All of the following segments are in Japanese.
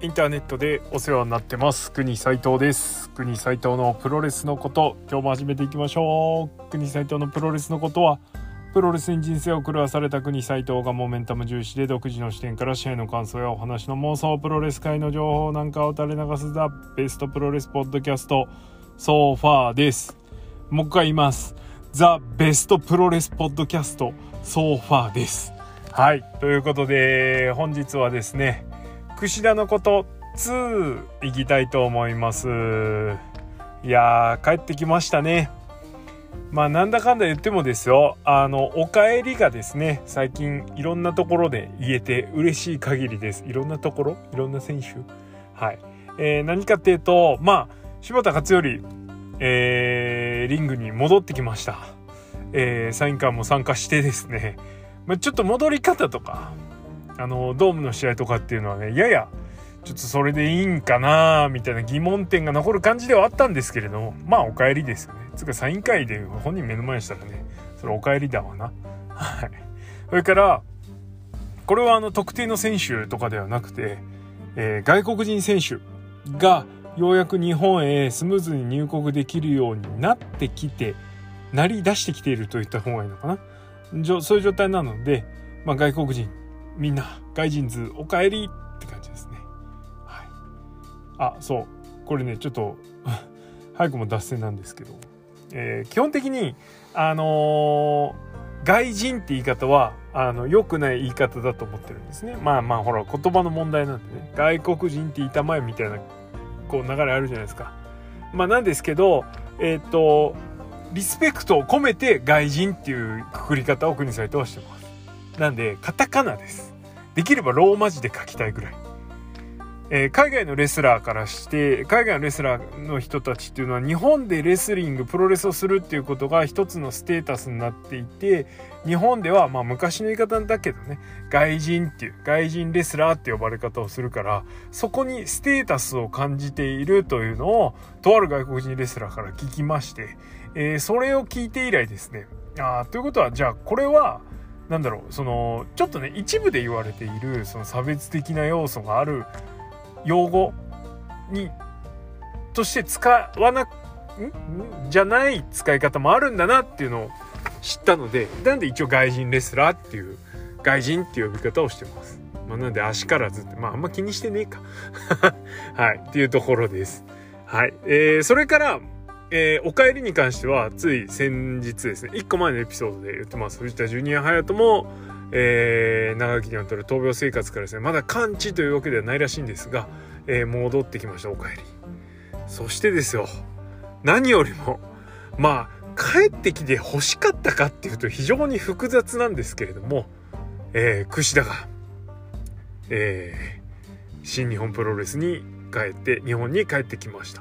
インターネットでお世話になってます国斉藤です。国斉藤のプロレスのこと、今日も始めていきましょう。国斉藤のプロレスのことは、プロレスに人生を狂わされた国斉藤がモメンタム重視で独自の視点から試合の感想やお話の妄想、プロレス界の情報なんかを垂れ流すザ・ベストプロレスポッドキャストソファーです。もう一回言います。ザ・ベストプロレスポッドキャストソファーです。はい、ということで本日はですね、櫛田のこと2いきたいと思います。いやー、帰ってきましたね。なんだかんだ言ってもですよ、お帰りがですね、最近いろんなところで言えて嬉しい限りです。いろんなところ、いろんな選手、はい、何かっていうと、柴田勝頼、リングに戻ってきました。サイン会も参加してですね、ちょっと戻り方とかドームの試合とかっていうのはね、ややちょっとそれでいいんかなみたいな疑問点が残る感じではあったんですけれども、お帰りですよね。つうかサイン会で本人目の前にしたらね、それお帰りだわな。はい。それからこれは特定の選手とかではなくて、外国人選手がようやく日本へスムーズに入国できるようになってきて、なり出してきているといった方がいいのかな。そういう状態なので、外国人みんな外人図お帰りって感じですね。はい。そうこれね、ちょっと早くも脱線なんですけど、基本的に外人って言い方は良くない言い方だと思ってるんですね。ほら言葉の問題なんでね、外国人って言いたまえみたいなこう流れあるじゃないですか。なんですけどリスペクトを込めて外人っていうくくり方を国斉藤はしてます。なんでカタカナです。できればローマ字で書きたいぐらい。海外のレスラーからして、海外のレスラーの人たちっていうのは日本でレスリングプロレスをするっていうことが一つのステータスになっていて、日本では昔の言い方だけどね、外人っていう外人レスラーって呼ばれ方をするから、そこにステータスを感じているというのをとある外国人レスラーから聞きまして、それを聞いて以来ですね、ということはじゃあこれはちょっとね、一部で言われているその差別的な要素がある用語にとして使わなじゃない使い方もあるんだなっていうのを知ったので、なんで一応外人レスラーっていう外人っていう呼び方をしてます。なんで足からずってあんま気にしてねえかはいっていうところです。はい。それからお帰りに関してはつい先日ですね、1個前のエピソードで言ってます。藤田ジュニア隼人も長きにわたる闘病生活からですね、まだ完治というわけではないらしいんですが、戻ってきました。お帰り。そしてですよ、何よりも帰ってきて欲しかったかっていうと非常に複雑なんですけれども、櫛田が、新日本プロレスに帰って日本に帰ってきました。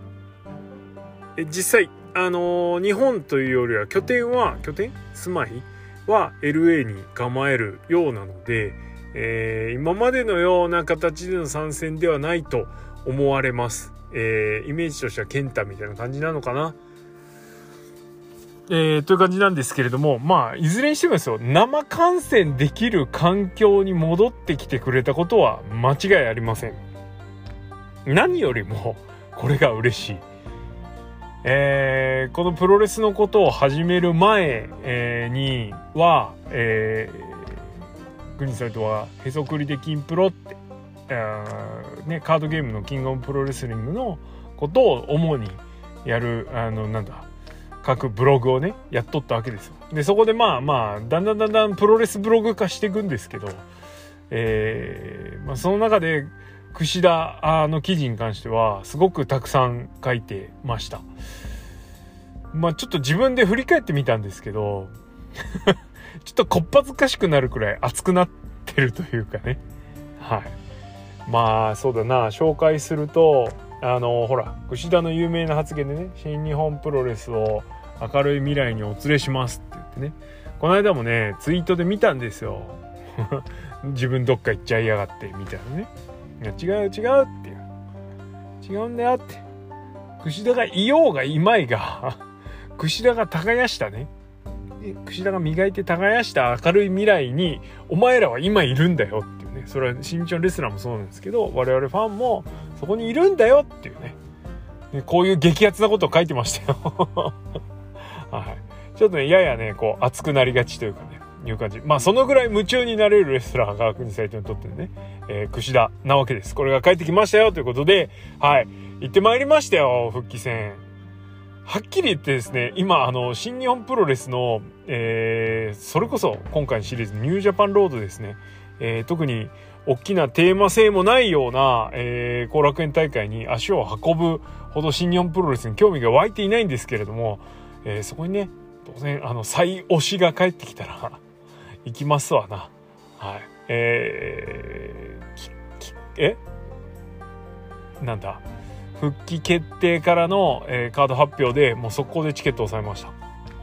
実際日本というよりは拠点住まいは LA に構えるようなので、今までのような形での参戦ではないと思われます。イメージとしてはケンタみたいな感じなのかな、という感じなんですけれども、いずれにしてもですよ、生観戦できる環境に戻ってきてくれたことは間違いありません。何よりもこれが嬉しい。このプロレスのことを始める前、には、国斉藤はへそくりで金プロって、カードゲームのキングオブプロレスリングのことを主にやる各ブログをねやっとったわけですよ。でそこでだんだんプロレスブログ化していくんですけど、その中で櫛田の記事に関してはすごくたくさん書いてました。ちょっと自分で振り返ってみたんですけどちょっとこっぱずかしくなるくらい熱くなってるというかね。はい。そうだな、紹介するとほら櫛田の有名な発言でね、新日本プロレスを明るい未来にお連れしますって言ってね、この間もねツイートで見たんですよ自分どっか行っちゃいやがってみたいなね。いや違うっていう、違うんだよって、櫛田がいようがいまいが櫛田が耕したね、櫛田が磨いて耕した明るい未来にお前らは今いるんだよっていうね、それは新日のレスラーもそうなんですけど、我々ファンもそこにいるんだよっていうね、こういう激アツなことを書いてましたよはい、ちょっとねややねこう熱くなりがちというかねいう感じ。そのぐらい夢中になれるレスラーが国斎藤にとってね、櫛田なわけです。これが帰ってきましたよということで、はい、行ってまいりましたよ、復帰戦。はっきり言ってですね、今新日本プロレスの、それこそ今回のシリーズニュージャパンロードですね、特に大きなテーマ性もないような後楽園大会に足を運ぶほど新日本プロレスに興味が湧いていないんですけれども、そこにね当然再推しが帰ってきたら行きますわな。はい。なんだ復帰決定からの、カード発表でもう速攻でチケットを押さえました。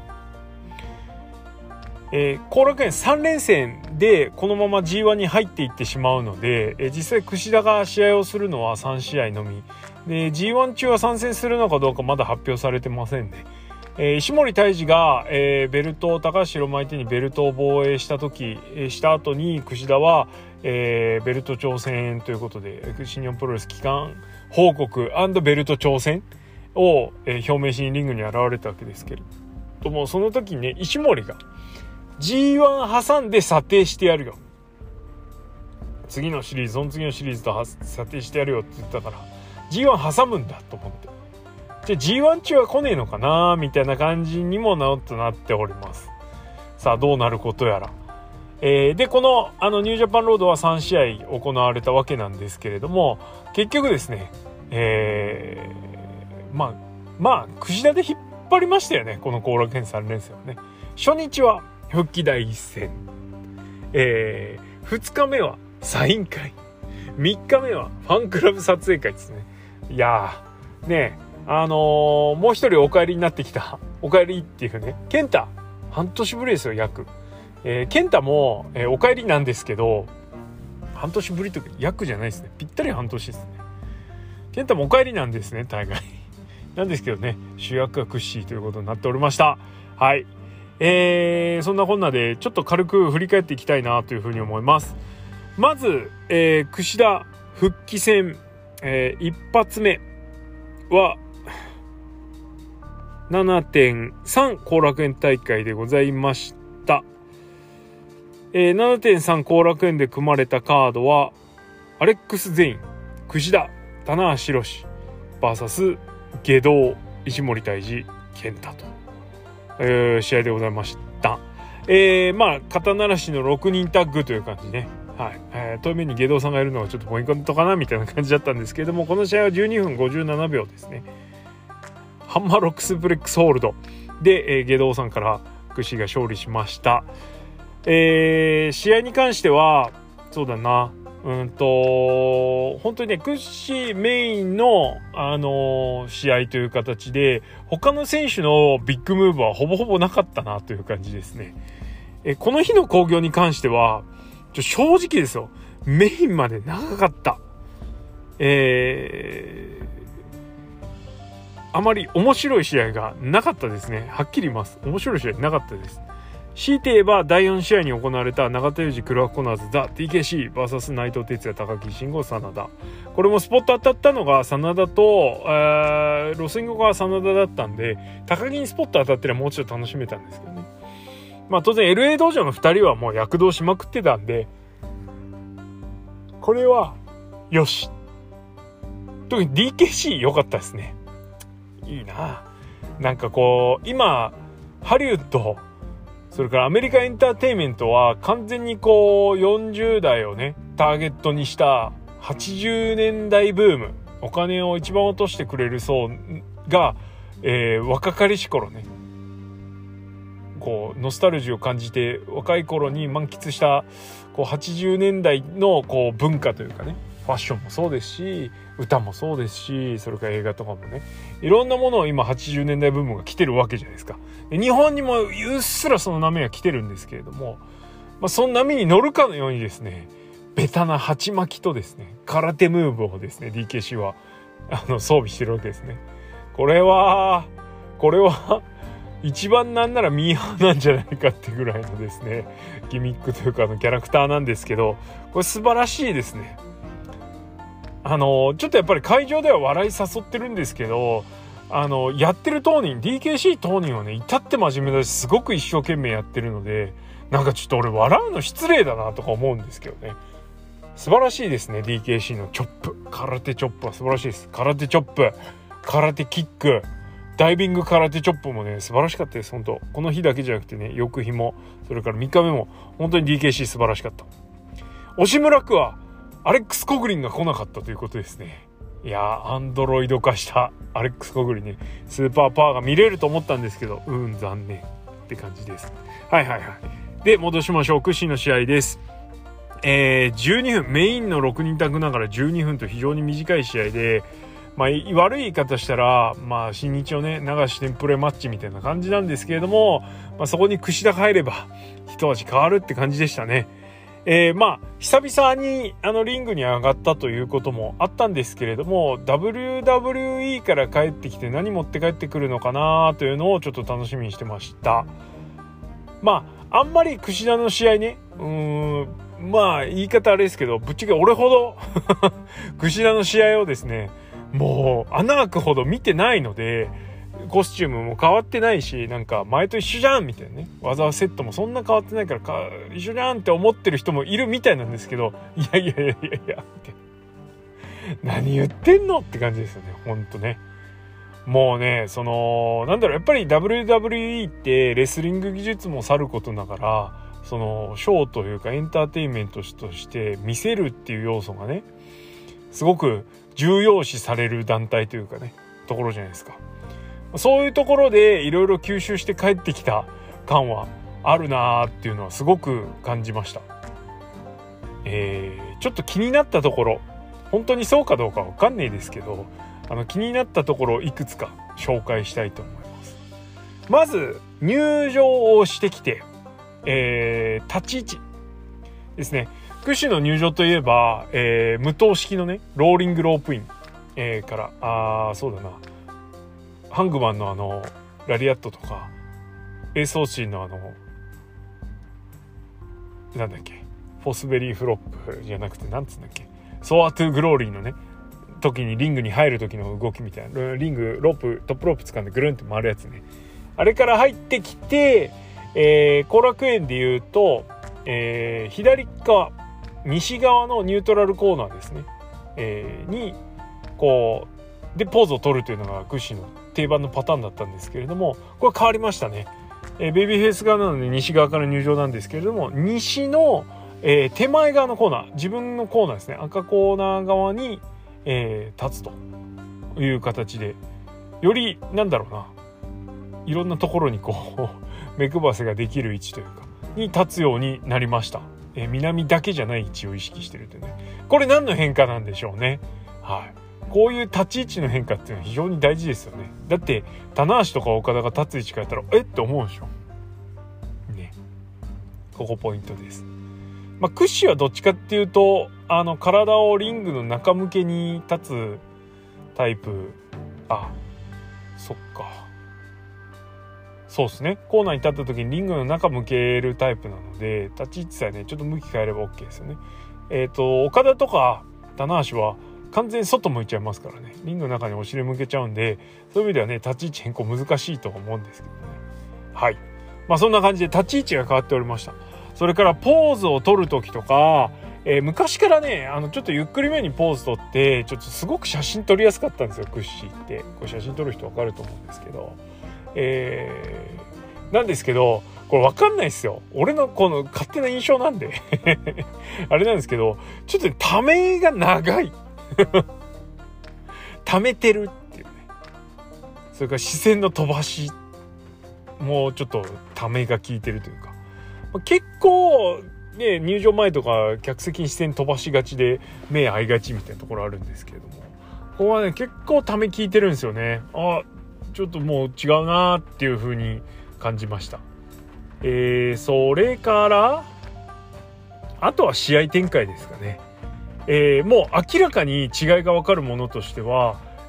後楽園3連戦でこのまま G1 に入っていってしまうので、実際櫛田が試合をするのは3試合のみで、 G1 中は参戦するのかどうかまだ発表されてませんね。石森泰治が、ベルトを高橋宏馬相手にベルトを防衛した後に櫛田は、ベルト挑戦ということで新日本プロレス期間報告&ベルト挑戦を、表明しにリングに現れたわけですけれども、その時にね石森が G1 挟んで査定してやるよ、次のシリーズその次のシリーズと査定してやるよって言ったから G1 挟むんだと思って、じゃあ G1 中は来ねえのかなみたいな感じにもなっております。さあどうなることやら。でこのニュージャパンロードは3試合行われたわけなんですけれども、結局ですね、櫛田で引っ張りましたよね、この後楽園3連戦はね。初日は復帰第一戦、2日目はサイン会、3日目はファンクラブ撮影会ですね。いやーねもう一人お帰りになってきた、お帰りっていうね、健太半年ぶりですよ約。健太も、お帰りなんですけど、半年ぶりとか約じゃないですね、ぴったり半年ですね。健太もお帰りなんですね大概なんですけどね、主役はクッシーということになっておりました。はい、そんなこんなでちょっと軽く振り返っていきたいなというふうに思います。まず、櫛田復帰戦、一発目は 7.3 後楽園大会でございました。7.3 後楽園で組まれたカードはアレックス・ゼイン、櫛田、棚橋宏 VS 下道、石森泰治、健太と、試合でございました。肩慣らしの6人タッグという感じね。はい、遠目に下道さんがいるのがちょっとポイントかなみたいな感じだったんですけれども、この試合は12分57秒ですね。ハンマーロックスプレックスホールドで、下道さんから櫛が勝利しました。試合に関してはそうだな、本当にねクッシーメインの、試合という形で他の選手のビッグムーブはほぼほぼなかったなという感じですね。この日の興行に関しては正直ですよ、メインまで長かった。あまり面白い試合がなかったですね。はっきり言います、面白い試合なかったです。強いて言えば第4試合に行われた永田裕二クラークコナーズザ TKC vs 内藤哲也高木慎吾真田、これもスポット当たったのが真田とロスインゴが真田だったんで、高木にスポット当たってりゃもうちょっと楽しめたんですけどね。当然 LA 道場の2人はもう躍動しまくってたんで、これはよし。特に DKC 良かったですね。いいな。なんかこう今ハリウッドそれからアメリカエンターテインメントは完全にこう40代をねターゲットにした80年代ブーム、お金を一番落としてくれる層が、若かりし頃ねこうノスタルジーを感じて若い頃に満喫したこう80年代のこう文化というかね、ファッションもそうですし歌もそうですし、それから映画とかもね、いろんなものを今80年代ブームが来てるわけじゃないですか。日本にもうっすらその波が来てるんですけれども、その波に乗るかのようにですね、ベタな鉢巻きとですね空手ムーブをですね DKC は装備してるわけですね。これは一番なんならミーハーなんじゃないかってぐらいのですねギミックというかキャラクターなんですけど、これ素晴らしいですね。ちょっとやっぱり会場では笑い誘ってるんですけど、やってる当人 DKC 当人はね至って真面目だし、すごく一生懸命やってるので、なんかちょっと俺笑うの失礼だなとか思うんですけどね。素晴らしいですね。 DKC のチョップ、空手チョップは素晴らしいです。空手チョップ、空手キック、ダイビング空手チョップもね素晴らしかったです。本当この日だけじゃなくてね、翌日もそれから3日目も本当に DKC 素晴らしかった。押村区はアレックス・コグリンが来なかったということですね。いやー、アンドロイド化したアレックス・コグリンね、スーパーパワーが見れると思ったんですけど、残念って感じです。はいはいはい。で戻しましょう。屈指の試合です。12分、メインの6人タッグながら12分と非常に短い試合で、悪い言い方したら、新日のね流しテンプレマッチみたいな感じなんですけれども、そこに櫛田が入れば一味変わるって感じでしたね。久々にリングに上がったということもあったんですけれども、 WWE から帰ってきて何持って帰ってくるのかなというのをちょっと楽しみにしてました。あんまり櫛田の試合ね、言い方あれですけど、ぶっちゃけ俺ほど櫛田の試合をですね、もう穴開くほど見てないので、コスチュームも変わってないし、なんか前と一緒じゃんみたいなね、技セットもそんな変わってないから一緒じゃんって思ってる人もいるみたいなんですけど、いやって何言ってんのって感じですよね。ほんとね、もうね、やっぱり WWE ってレスリング技術もさることながら、ショーというかエンターテインメントとして見せるっていう要素がねすごく重要視される団体というかねところじゃないですか。そういうところでいろいろ吸収して帰ってきた感はあるなーっていうのはすごく感じました。ちょっと気になったところ、本当にそうかどうかわかんないですけど、気になったところをいくつか紹介したいと思います。まず入場をしてきて、立ち位置ですね。屈指の入場といえば、無頭式のねローリングロープイン、からそうだな、ハングマンのラリアットとか、エースオーチンのなんだっけ、フォスベリーフロップじゃなくてなんつうんだっけ、ソアトゥグローリーのね時にリングに入る時の動きみたいな、リングロープトップロープ掴んでぐるんって回るやつね、あれから入ってきて、後楽園でいうと、左側西側のニュートラルコーナーですね、にこうでポーズを取るというのが屈指の定番のパターンだったんですけれども、これ変わりましたね。ベビーフェイス側なので西側から入場なんですけれども、西の、手前側のコーナー、自分のコーナーですね、赤コーナー側に、立つという形で、よりいろんなところにこう目配せができる位置というかに立つようになりました。南だけじゃない位置を意識してるというね、これ何の変化なんでしょうね。はい、こういう立ち位置の変化っていうのは非常に大事ですよね。だって棚橋とか岡田が立つ位置変えたらって思うでしょね。ここポイントです。屈指はどっちかっていうと体をリングの中向けに立つタイプ。そっか、そうですね、コーナーに立った時にリングの中向けるタイプなので、立ち位置さえねちょっと向き変えれば OK ですよね。岡田とか棚橋は完全に外向いちゃいますからね、リングの中にお尻向けちゃうんで、そういう意味ではね立ち位置変更難しいと思うんですけどね。はい、そんな感じで立ち位置が変わっておりました。それからポーズを取る時とか、昔からねちょっとゆっくりめにポーズ取ってちょっとすごく写真撮りやすかったんですよ。屈指ってこれ写真撮る人分かると思うんですけど、なんですけどこれ分かんないですよ、俺のこの勝手な印象なんであれなんですけど、ちょっとためが長いためてるっていうね、それから視線の飛ばしもうちょっとためが効いてるというか、結構ね入場前とか客席に視線飛ばしがちで目合いがちみたいなところあるんですけれども、ここはね結構ため効いてるんですよね。ちょっともう違うなっていう風に感じました。それからあとは試合展開ですかね。もう明らかに違いが分かるものとしては、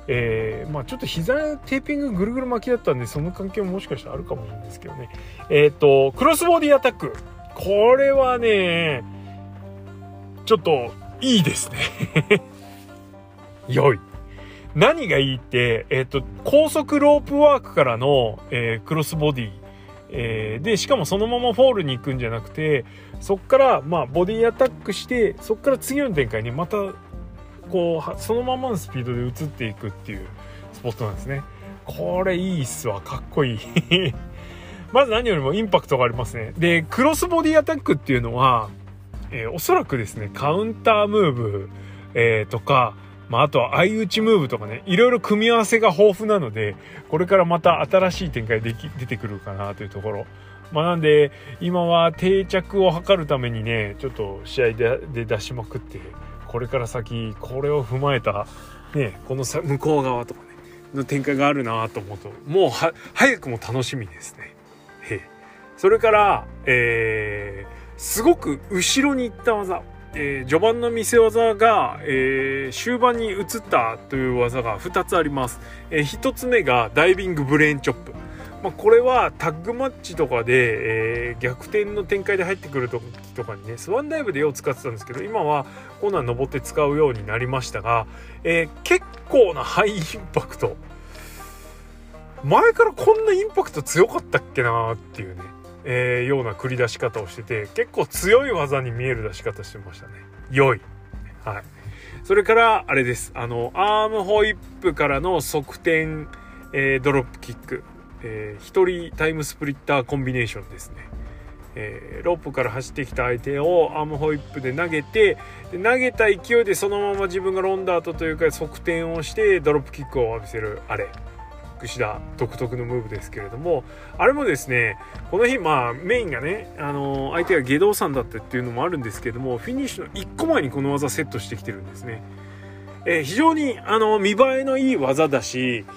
まあちょっと膝テーピングぐるぐる巻きだったんで、その関係ももしかしたらあるかもしれないんですけどね。クロスボディアタック。これはね、ちょっといいですね。良い。何がいいって、高速ロープワークからの、クロスボディ、でしかもそのままフォールに行くんじゃなくて、そっからまあボディアタックして、そっから次の展開にまたこうそのままのスピードで移っていくっていうスポットなんですね。これいいっすわ、かっこいい。まず何よりもインパクトがありますね。でクロスボディアタックっていうのは、おそらくですねカウンタームーブ、とか、まあ、あとは相打ちムーブとかね、いろいろ組み合わせが豊富なので、これからまた新しい展開で出てくるかなというところ。まあ、なんで今は定着を図るためにね、ちょっと試合で出しまくって、これから先これを踏まえたね、この向こう側とかねの展開があるなと思うと、もう早くも楽しみですね。それから、すごく後ろに行った技、序盤の見せ技が、終盤に移ったという技が2つあります。1つ目がダイビングブレーンチョップ。まあ、これはタッグマッチとかで、逆転の展開で入ってくる時とかにね、スワンダイブでよう使ってたんですけど、今はコーナー登って使うようになりましたが、結構なハイインパクト。前からこんなインパクト強かったっけなっていうね、ような繰り出し方をしてて、結構強い技に見える出し方してましたね。良い。はい。それからあれです。アームホイップからの側転、ドロップキック、一人タイムスプリッターコンビネーションですね。ロープから走ってきた相手をアームホイップで投げて、で投げた勢いでそのまま自分がロンダートというか側転をしてドロップキックを浴びせる、あれ櫛田独特のムーブですけれども、あれもですね、この日まあメインがね、相手が下道さんだったっていうのもあるんですけれども、フィニッシュの1個前にこの技セットしてきてるんですね。非常に見栄えのいい技だし、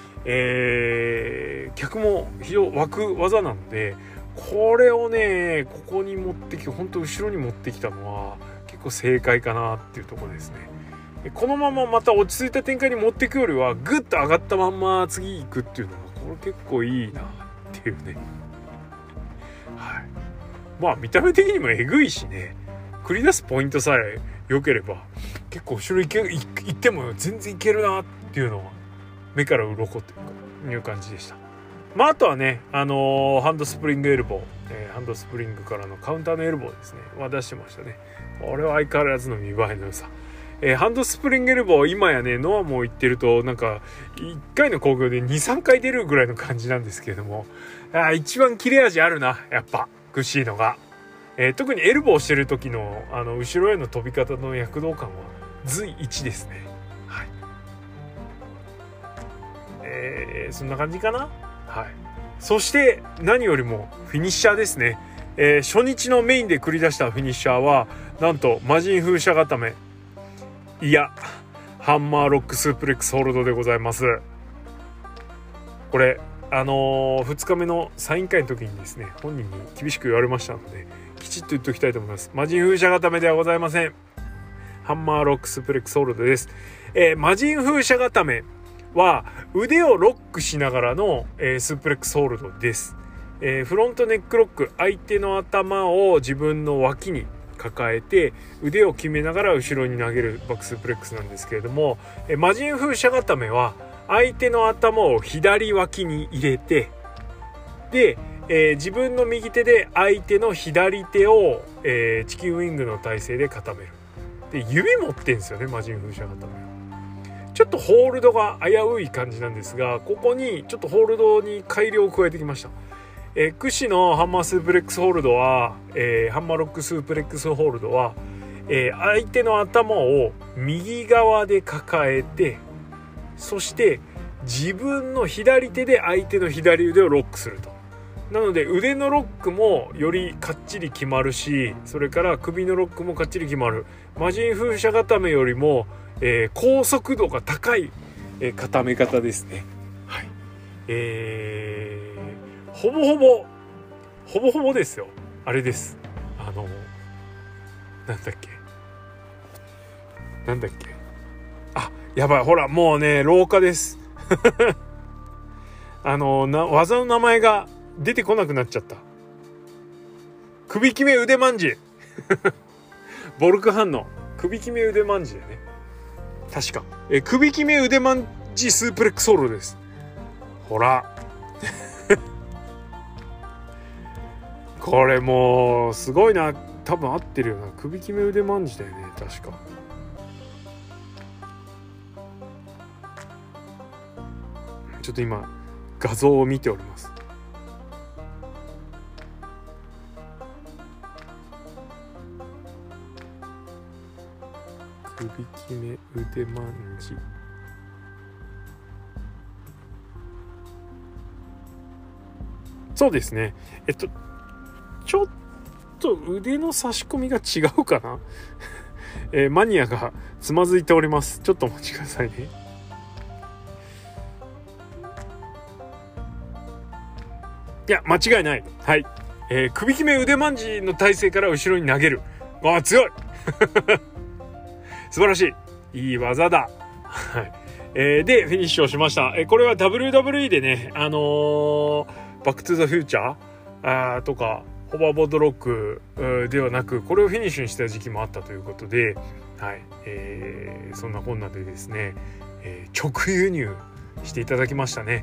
客も非常湧く技なので、これをねここに持ってきて、本当後ろに持ってきたのは結構正解かなっていうところですね。このまままた落ち着いた展開に持っていくよりは、グッと上がったまんま次行くっていうのがこれ結構いいなっていうね。はい。まあ見た目的にもえぐいしね、繰り出すポイントさえ良ければ結構後ろ行っても全然いけるなっていうのは目から鱗という感じでした。まああとはね、ハンドスプリングエルボー、ハンドスプリングからのカウンターのエルボーですねは出してましたね。これは相変わらずの見栄えの良さ。ハンドスプリングエルボー、今やねノアも言ってるとなんか1回の興行で 2,3 回出るぐらいの感じなんですけれども、一番切れ味あるなやっぱクッシーのが、特にエルボーしてる時の後ろへの飛び方の躍動感は随一ですね。はい。そんな感じかな。はい。そして何よりもフィニッシャーですね。初日のメインで繰り出したフィニッシャーはなんと魔人風車固め、いやハンマーロックスープレックスホールドでございます。これ2日目のサイン会の時にですね、本人に厳しく言われましたのできちっと言っておきたいと思います。魔人風車固めではございません。ハンマーロックスープレックスホールドです。魔人風車固めは腕をロックしながらの、スープレックスホールドです。フロントネックロック、相手の頭を自分の脇に抱えて腕を決めながら後ろに投げるバックスープレックスなんですけれども、魔人風車固めは相手の頭を左脇に入れて、で、自分の右手で相手の左手を、チキンウィングの体勢で固める。で指持ってんですよね、魔人風車固めは。ちょっとホールドが危うい感じなんですが、ここにちょっとホールドに改良を加えてきました。屈指のハンマースープレックスホールドは、ハンマーロックスープレックスホールドは、相手の頭を右側で抱えて、そして自分の左手で相手の左腕をロックすると。なので腕のロックもよりかっちり決まるし、それから首のロックもかっちり決まる。魔人風車固めよりも、高速度が高い、固め方ですね。はい。ほぼほぼですよ。あれです。なんだっけ。 やばい、ほらもうね廊下です技の名前が出てこなくなっちゃった。首決め腕まんじボルク反応首決め腕まんじだね確か。首決め腕まんじスープレックスホールです。ほらこれもうすごいな。多分合ってるよな。首決め腕まんじだよね確か。ちょっと今画像を見ております。首決め腕まんじ、そうですね。ちょっと腕の差し込みが違うかなマニアがつまずいております。ちょっとお待ちくださいね。いや間違いない。はい、首決め腕まんじの体勢から後ろに投げる。あ、強い素晴らしい、いい技だはい、でフィニッシュをしました。これは WWE でねバックトゥザフューチャーとかホバーボードロックではなく、これをフィニッシュにした時期もあったということで、はい、そんなこんなでですね、直輸入していただきましたね。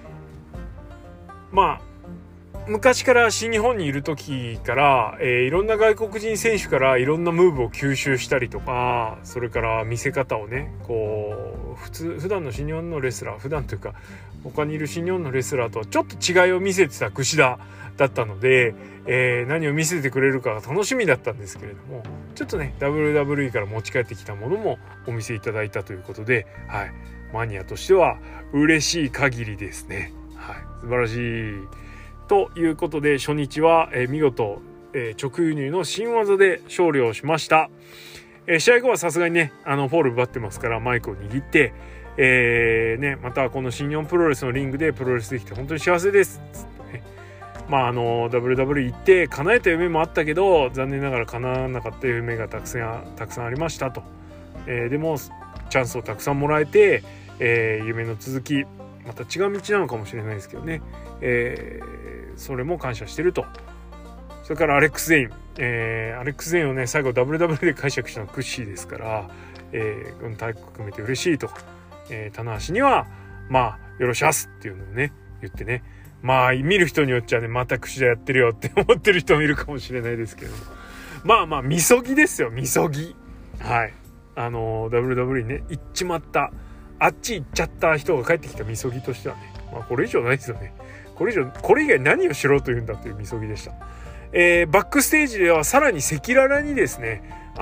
まあ昔から新日本にいる時から、いろんな外国人選手からいろんなムーブを吸収したりとか、それから見せ方をねこう普段の新日本のレスラー、普段というか他にいる新日本のレスラーとはちょっと違いを見せてた櫛田だったので、何を見せてくれるかが楽しみだったんですけれども、ちょっとね WWE から持ち帰ってきたものもお見せいただいたということで、はい、マニアとしては嬉しい限りですね。はい、素晴らしいということで、初日は、見事、直輸入の新技で勝利をしました。試合後はさすがにねフォール奪ってますからマイクを握って、またこの新日本プロレスのリングでプロレスできて本当に幸せですっつってね、WWE 行って叶えた夢もあったけど残念ながら叶わなかった夢がたくさんありましたと、でもチャンスをたくさんもらえて、夢の続きまた違う道なのかもしれないですけどね、それも感謝してると。それからアレックス・ゼイン、アレックス・ゼインをね最後 WW で解釈したのはクッシーですから、タッグ組めて嬉しいと、棚橋にはよろしゃすっていうのをね言ってね、見る人によっちゃねまた櫛田やってるよって思ってる人もいるかもしれないですけど、みそぎですよ、みそぎ。はい、WW にね行っちまった、あっち行っちゃった人が帰ってきたみそぎとしてはね、これ以上ないですよね。これ以外何をしろというんだというみそぎでした。バックステージではさらに赤裸々にですね、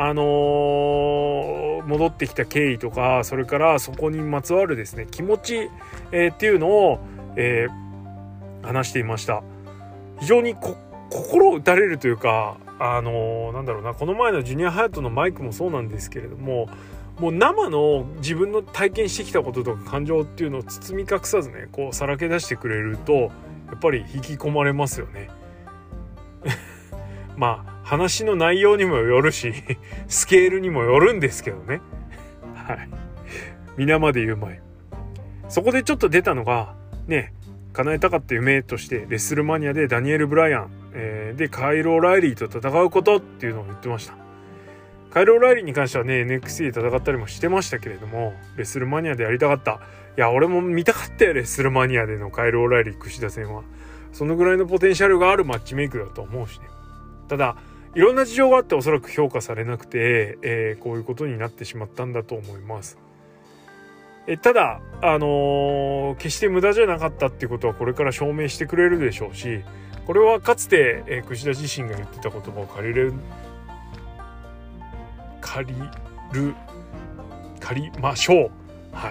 戻ってきた経緯とか、それからそこにまつわるですね気持ち、っていうのを、話していました。非常に心を打たれるというか、なんだろうな、この前のジュニアハヤトのマイクもそうなんですけれども、もう生の自分の体験してきたこととか感情っていうのを包み隠さずねこうさらけ出してくれるとやっぱり引き込まれますよね話の内容にもよるしスケールにもよるんですけどねはい皆まで言うまい。そこでちょっと出たのがね、叶えたかった夢としてレッスルマニアでダニエル・ブライアン、でカイル・オライリーと戦うことっていうのを言ってました。カイル・オライリーに関してはね NXT で戦ったりもしてましたけれども、レッスルマニアでやりたかった。いや俺も見たかったよ、レッスルマニアでのカイル・オライリー櫛田戦は。そのぐらいのポテンシャルがあるマッチメイクだと思うしね。ただいろんな事情があっておそらく評価されなくて、こういうことになってしまったんだと思います。ただ決して無駄じゃなかったっていうことはこれから証明してくれるでしょうし、これはかつて、櫛田自身が言ってた言葉を借りましょう。はい、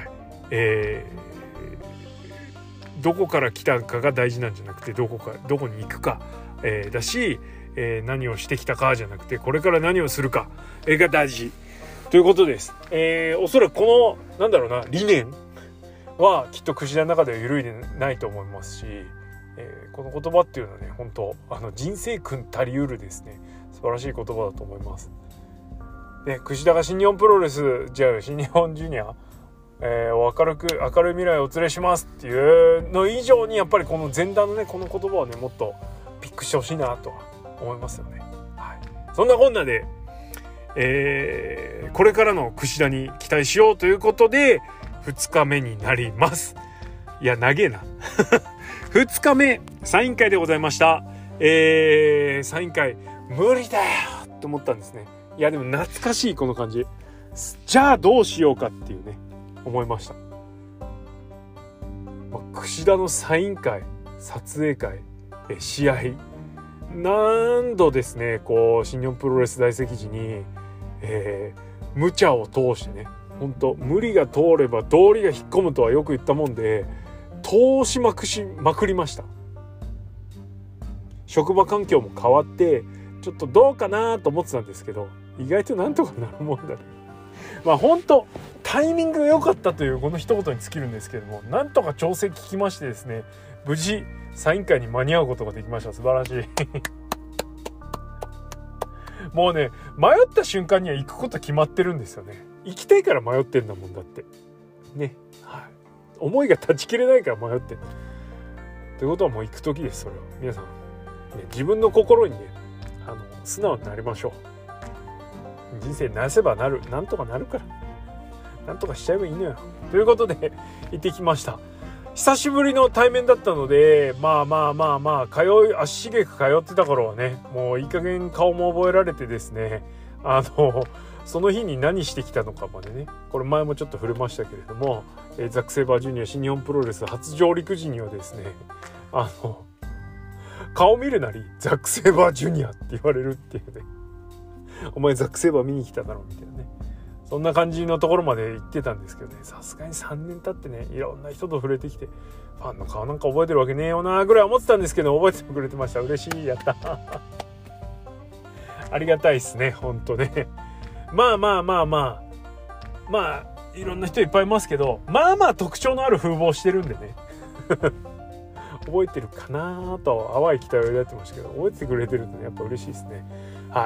どこから来たかが大事なんじゃなくてどこに行くか、だし、何をしてきたかじゃなくてこれから何をするかが大事ということです。おそらくこのなんだろうな理念はきっと櫛田の中では揺るいでないと思いますし、この言葉っていうのはね本当人生訓たりうるですね素晴らしい言葉だと思います。で櫛田が新日本プロレス新日本ジュニア明るい未来をお連れしますっていうの以上にやっぱりこの前段のねこの言葉をねもっとピックしてほしいなとは思いますよね。はい、そんなこんなで、これからの櫛田に期待しようということで2日目になります。いや長えな2日目サイン会でございました。サイン会無理だよって思ったんですね。いやでも懐かしいこの感じ。じゃあどうしようかっていうね思いました。櫛田のサイン会、撮影会、試合何度ですねこう新日本プロレス大席時に、無茶を通してね本当無理が通れば道理が引っ込むとはよく言ったもんで通しまくりました。職場環境も変わってちょっとどうかなと思ってたんですけど意外となんとかなるもんだね。本当タイミングが良かったというこの一言に尽きるんですけどもなんとか調整聞きましてですね無事サイン会に間に合うことができました。素晴らしいもうね迷った瞬間には行くこと決まってるんですよね。行きたいから迷ってんだもんだってね、はい、思いが断ち切れないから迷ってるということはもう行く時です。それは皆さん、ね、自分の心にね素直になりましょう。人生なせばなるなんとかなるからなんとかしちゃえばいいのよということで行ってきました。久しぶりの対面だったので足しげく通ってた頃はねもういい加減顔も覚えられてですねその日に何してきたのかまでねこれ前もちょっと触れましたけれども、ザック・セイバージュニア新日本プロレス初上陸時にはですね顔見るなりザック・セイバージュニアって言われるっていうねお前ザック・セイバー見に来ただろみたいなねそんな感じのところまで行ってたんですけどねさすがに3年経ってねいろんな人と触れてきてファンの顔なんか覚えてるわけねえよなぐらい思ってたんですけど覚えててくれてました。嬉しいやったありがたいですねほんとね。いろんな人いっぱいいますけど特徴のある風貌してるんでね覚えてるかなと淡い期待を抱いてましたけど覚えててくれてるとねやっぱ嬉しいですね。はい、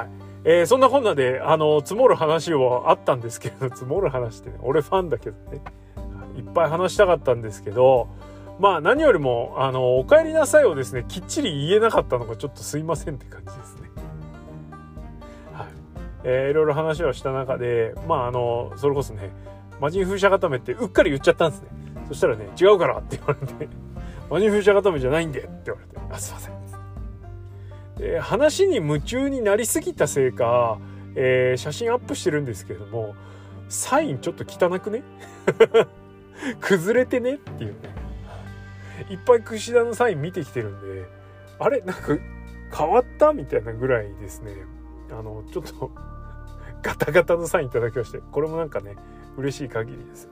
そんなこんなで積もる話はあったんですけど積もる話ってね俺ファンだけどねいっぱい話したかったんですけど何よりもお帰りなさいをですねきっちり言えなかったのがちょっとすいませんって感じですね。はい、いろいろ話をした中でそれこそね魔人風車固めってうっかり言っちゃったんですね。そしたらね違うからって言われて魔人風車固めじゃないんでって言われてすいません話に夢中になりすぎたせいか、写真アップしてるんですけれどもサインちょっと汚くね崩れてねっていうねいっぱい櫛田のサイン見てきてるんであれなんか変わったみたいなぐらいですねちょっとガタガタのサインいただきましてこれもなんかね嬉しい限りですよ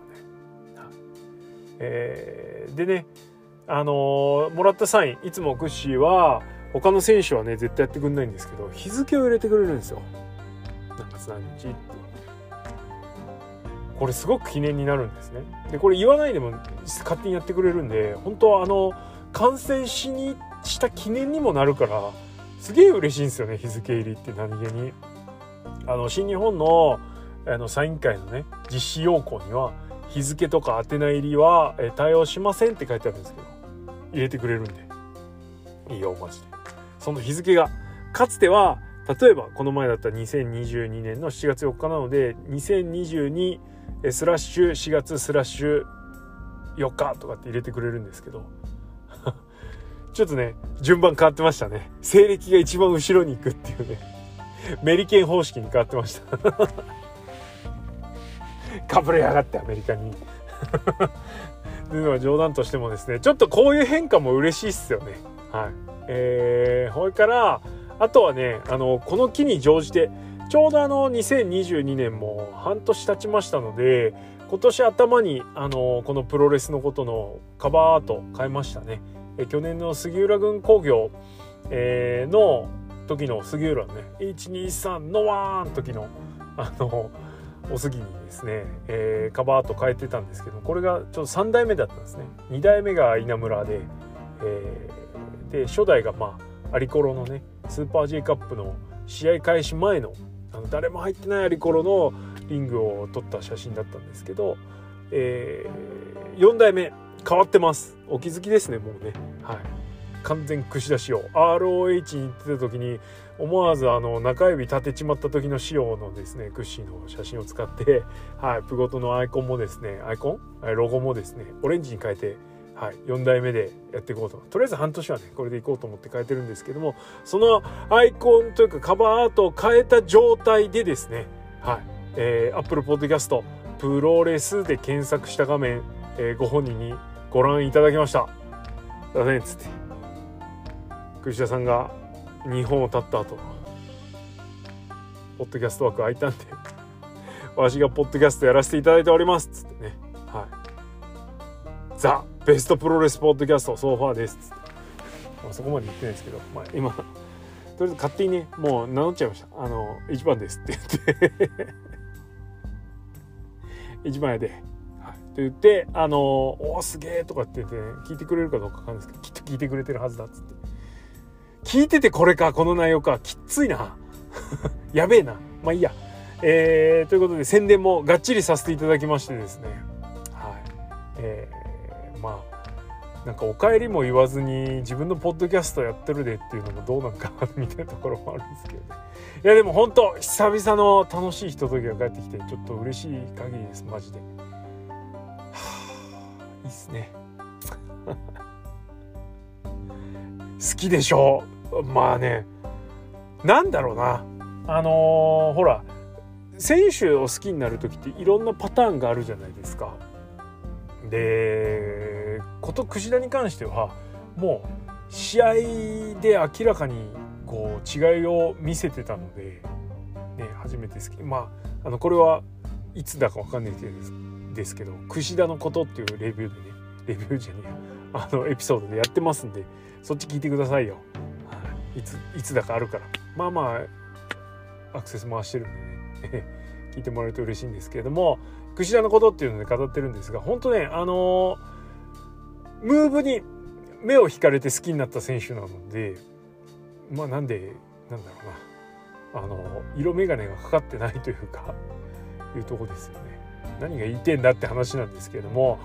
ね。でねもらったサインいつも櫛は他の選手はね絶対やってくんないんですけど日付を入れてくれるんですよ。何月何日ってこれすごく記念になるんですね。でこれ言わないでも勝手にやってくれるんで本当は観戦した記念にもなるからすげえ嬉しいんですよね。日付入りって何気に新日本のサイン会のね実施要項には日付とか宛名入りは対応しませんって書いてあるんですけど入れてくれるんでいいよマジで。その日付がかつては例えばこの前だったら2022年の7月4日なので2022/4月/4日とかって入れてくれるんですけどちょっとね順番変わってましたね。西暦が一番後ろに行くっていうねメリケン方式に変わってましたかぶれやがってアメリカにというのは冗談としてもですねちょっとこういう変化も嬉しいっすよね。はい、それからあとはねこの機に乗じてちょうど2022年も半年経ちましたので今年頭にこのプロレスのことのカバーアート変えましたね。去年の杉浦軍工業、の時の杉浦のね123のワーン時のお杉にですね、カバーアート変えてたんですけどこれがちょっと3代目だったんですね。2代目が稲村で、で初代がアリコロのねスーパー J カップの試合開始前の誰も入ってないアリコロのリングを撮った写真だったんですけど 4代目変わってます。お気づきですねもうね。はい、完全串田仕様 ROH に行ってた時に思わず中指立てちまった時の仕様のですねクッシーの写真を使って、はい、プゴトのアイコンもですねロゴもですねオレンジに変えて、はい、4代目でやっていこうと、とりあえず半年はねこれでいこうと思って変えてるんですけども、そのアイコンというかカバーアートを変えた状態でですね、はい、Apple Podcast プロレスで検索した画面、ご本人にご覧いただきました。だねっつって串田さんが日本を経った後ポッドキャスト枠空いたんでわしがポッドキャストやらせていただいておりますっつってね、はい、ザ・ベストプロレスポッドキャストソーファーですっつって、そこまで言ってないですけど、今とりあえず勝手にねもう名乗っちゃいました。1番ですって言って1番やで、はい、と言っておすげえとかって言って、ね、聞いてくれるかどうかわかんないですけど、きっと聞いてくれてるはずだっつって、聞いててこれかこの内容かきっついなやべえな、まあいいや、ということで宣伝もがっちりさせていただきましてですね、はい、まあなんかお帰りも言わずに自分のポッドキャストやってるでっていうのもどうなんかなみたいなところもあるんですけどね。いやでも本当久々の楽しいひとときが帰ってきてちょっと嬉しい限りですマジで。いいっすね好きでしょ。まあね、なんだろうな、ほら選手を好きになる時っていろんなパターンがあるじゃないですか。で串田に関してはもう試合で明らかにこう違いを見せてたので、ね、初めて好き、これはいつだか分かんないですけど串田のことっていうレビューエピソードでやってますんで、そっち聞いてくださいよ。いつだかあるから、アクセス回してるんでね聞いてもらえると嬉しいんですけれども、串田のことっていうので語ってるんですが、本当ねムーブに目を引かれて好きになった選手なので、なんだろうな、色眼鏡がかかってないというかいうとこですよね。何が言いてんだって話なんですけれども、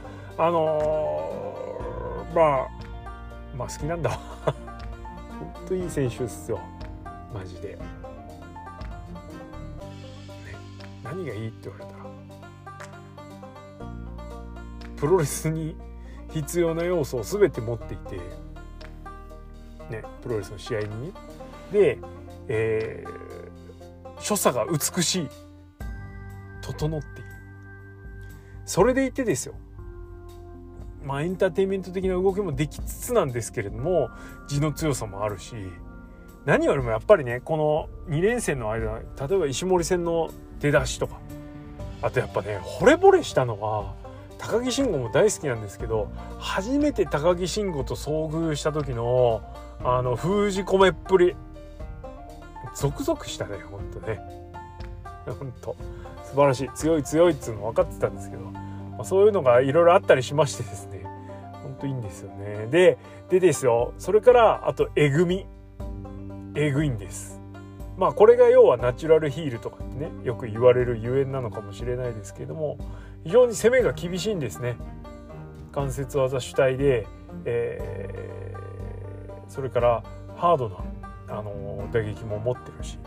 好きなんだわ本当いい選手ですよマジで、ね、何がいいって言われたらプロレスに必要な要素を全て持っていて、ね、プロレスの試合にで、所作が美しい、整っている、それでいてですよ、エンターテインメント的な動きもできつつなんですけれども地の強さもあるし、何よりもやっぱりねこの2連戦の間、例えば石森戦の出だしとか、あとやっぱね惚れ惚れしたのは高木慎吾も大好きなんですけど、初めて高木慎吾と遭遇した時の封じ込めっぷりゾクゾクしたね。ほんとね、ほんと素晴らしい、強い強いっつうの分かってたんですけど、そういうのがいろいろあったりしましてですね、ほんといいんですよね。でですよ、それからあとえぐいんです。これが要はナチュラルヒールとかってねよく言われるゆえんなのかもしれないですけれども、非常に攻めが厳しいんですね。関節技主体で、それからハードな、打撃も持ってるし、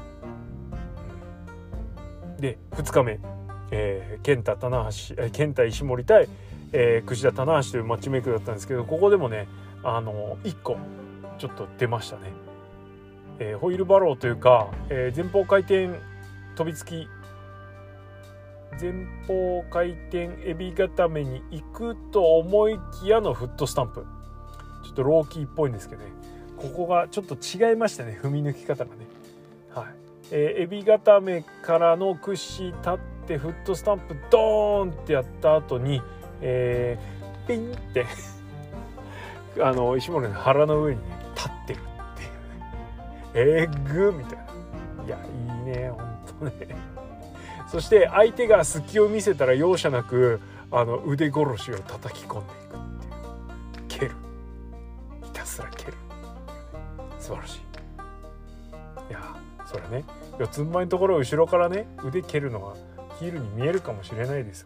で2日目、健太石森対、串田棚橋というマッチメイクだったんですけど、ここでもね1個ちょっと出ましたね。ホイールバローというか、前方回転飛びつき、前方回転エビ固めに行くと思いきやのフットスタンプ、ちょっとローキーっぽいんですけどね、ここがちょっと違いましたね、踏み抜き方がね。はい、エビ固めからの屈指立ってフットスタンプドーンってやった後に、ピンって石森の腹の上にね立ってるっていうね、グみたいな、いやいいねほんとね。そして相手が隙を見せたら容赦なく腕殺しを叩き込んでいくっていう、蹴る、ひたすら蹴る、素晴らしい。いやそれね、四つん這いのところを後ろからね腕蹴るのはヒールに見えるかもしれないですよ。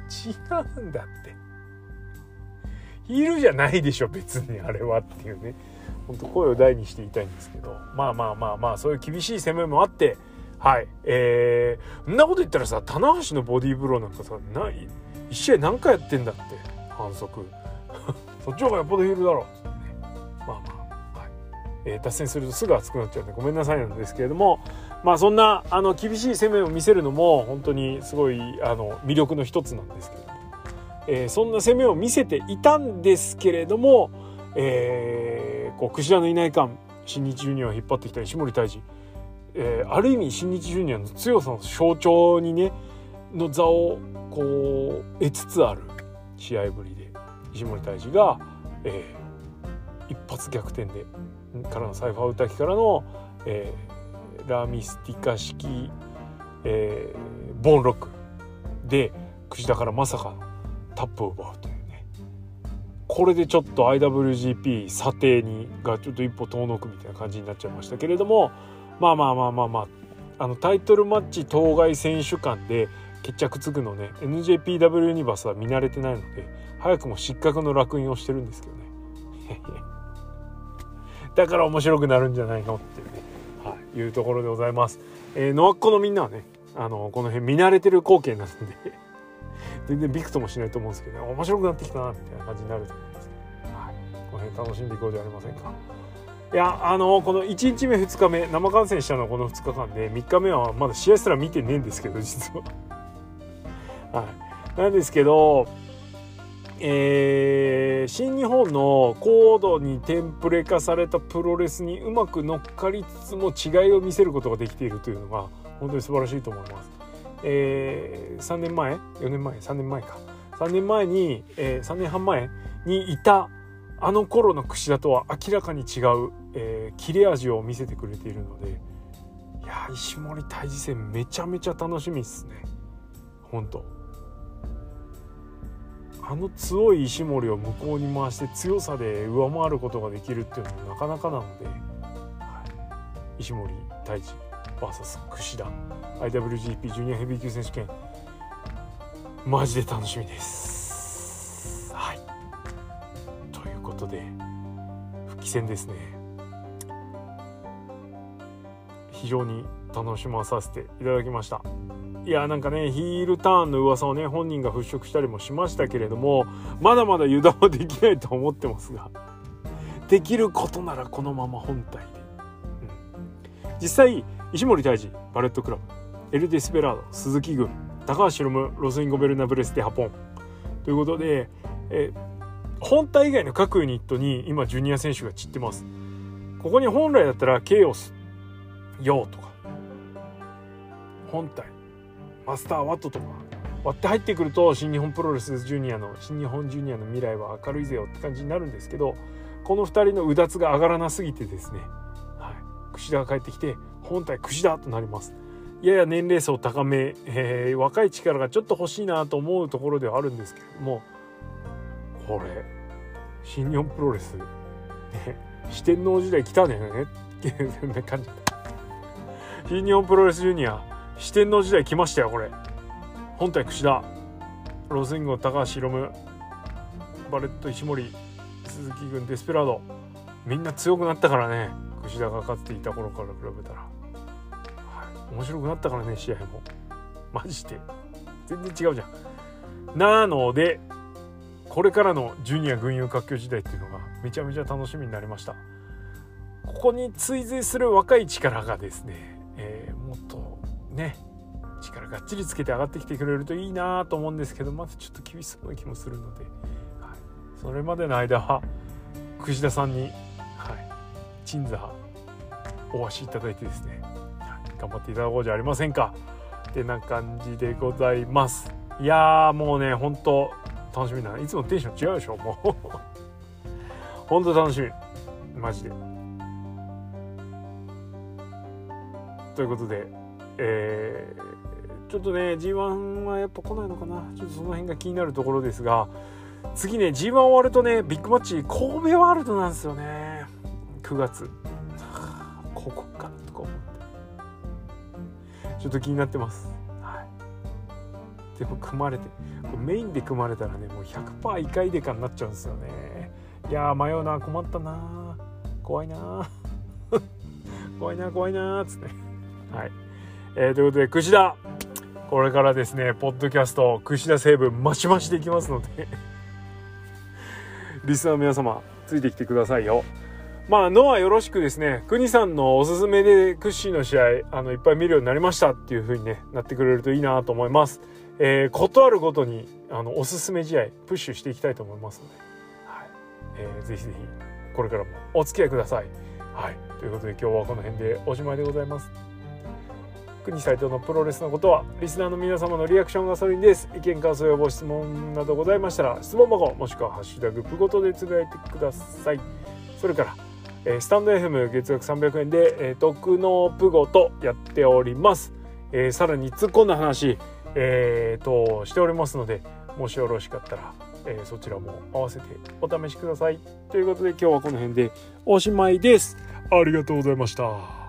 違うんだって、ヒールじゃないでしょ別にあれはっていうね、本当声を大にして言いたいんですけど、まあそういう厳しい攻めもあって、はい、そんなこと言ったらさ、棚橋のボディーブローなんかさ、1試合何回やってんだって、反則そっちの方がよっぽどヒールだろう、ね、はい、脱線するとすぐ熱くなっちゃうんでごめんなさいなんですけれども、そんな厳しい攻めを見せるのも本当にすごい魅力の一つなんですけれども、そんな攻めを見せていたんですけれども、櫛田のいない間新日ジュニアを引っ張ってきた石森泰治、ある意味新日ジュニアの強さの象徴にねの座をこう得つつある試合ぶりで、石森泰治が、一発逆転でからのサイファー歌キからの、ラミスティカ式、ボーンロックで櫛田からまさかのタップを奪うというね、これでちょっと IWGP 査定がちょっと一歩遠のくみたいな感じになっちゃいましたけれども、タイトルマッチ当該選手間で決着つくのね NJPW ユニバースは見慣れてないので早くも失格の烙印をしてるんですけどねだから面白くなるんじゃないのっていうね、いうところでございます。ノアッコのみんなはねこの辺見慣れてる光景なので全然びくともしないと思うんですけど、ね、面白くなってきたなみたいな感じになると思います、この辺楽しんでいこうじゃありませんか。いやこの1日目2日目生観戦したのはこの2日間で、3日目はまだ試合すら見てねえんですけど実はなんですけど、新日本の高度にテンプレ化されたプロレスにうまく乗っかりつつも違いを見せることができているというのが本当に素晴らしいと思います。3年前4年前3年前か3年前に、3年半前にいたあの頃の櫛田とは明らかに違う、切れ味を見せてくれているので、いや石森泰治戦めちゃめちゃ楽しみですね。本当強い石森を向こうに回して強さで上回ることができるっていうのはなかなかなので、石森泰治 VS 櫛田 IWGP ジュニアヘビー級選手権マジで楽しみです。ということで復帰戦ですね、非常に楽しまさせていただきました。いやなんかねヒールターンの噂をね本人が払拭したりもしましたけれども、まだまだ油断はできないと思ってますが、できることならこのまま本体で、実際石森泰治バレットクラブエル・デスペラード鈴木軍高橋宏夢ロスインゴベルナブレステハポンということで、本体以外の各ユニットに今ジュニア選手が散ってます。ここに本来だったらケイオスヨーとか本体マスターワットとか割って入ってくると新日本プロレスジュニアの新日本ジュニアの未来は明るいぜよって感じになるんですけど、この2人のうだつが上がらなすぎてですね、櫛田が帰ってきて本体櫛田となります。やや年齢層高め、若い力がちょっと欲しいなと思うところではあるんですけれども、これ新日本プロレス、ね、四天王時代来たんだよねっていう感じ。新日本プロレスジュニア四天王時代来ましたよ。これ本体櫛田ロスインゴ高橋宏夢バレット石森鈴木軍デスペラードみんな強くなったからね、櫛田が勝っていた頃から比べたら、面白くなったからね試合もマジで全然違うじゃん。なのでこれからのジュニア群雄割拠時代っていうのがめちゃめちゃ楽しみになりました。ここに追随する若い力がですね、もっとね力がっちりつけて上がってきてくれるといいなと思うんですけど、まずちょっと厳しそうな気もするので、それまでの間は櫛田さんに、鎮座おわしいただいてですね、頑張っていただこうじゃありませんかってな感じでございます。いやーもうね本当楽しみだな。いつもテンション違うでしょもう本当楽しみマジで。ということで、ちょっとね G1 はやっぱ来ないのかな、ちょっとその辺が気になるところですが、次ね G1 終わるとねビッグマッチ神戸ワールドなんですよね、9月ここかとか思ってちょっと気になってます。 でも組まれてメインで組まれたらねもう 100% イカイデカになっちゃうんですよね。いや迷うな、困ったな、怖いな怖いなーっつってはい、ということで串田これからですねポッドキャスト串田成分マシマシでいきますのでリスナーの皆様ついてきてくださいよ。ノアよろしくですね、国さんのおすすめでクッシーの試合いっぱい見るようになりましたっていう風にねなってくれるといいなと思います。ことあるごとにおすすめ試合プッシュしていきたいと思いますので、はい、ぜひぜひこれからもお付き合いください。はい、ということで今日はこの辺でおしまいでございます。国斉藤のプロレスのことはリスナーの皆様のリアクションがそれにです。意見感想やご質問などございましたら質問箱もしくはハッシュタグプごとでつぶやいてください。それからスタンド FM 月額300円で特納プゴとやっております。さらに突っ込んだ話、しておりますのでもしよろしかったら、そちらも合わせてお試しください。ということで今日はこの辺でおしまいです。ありがとうございました。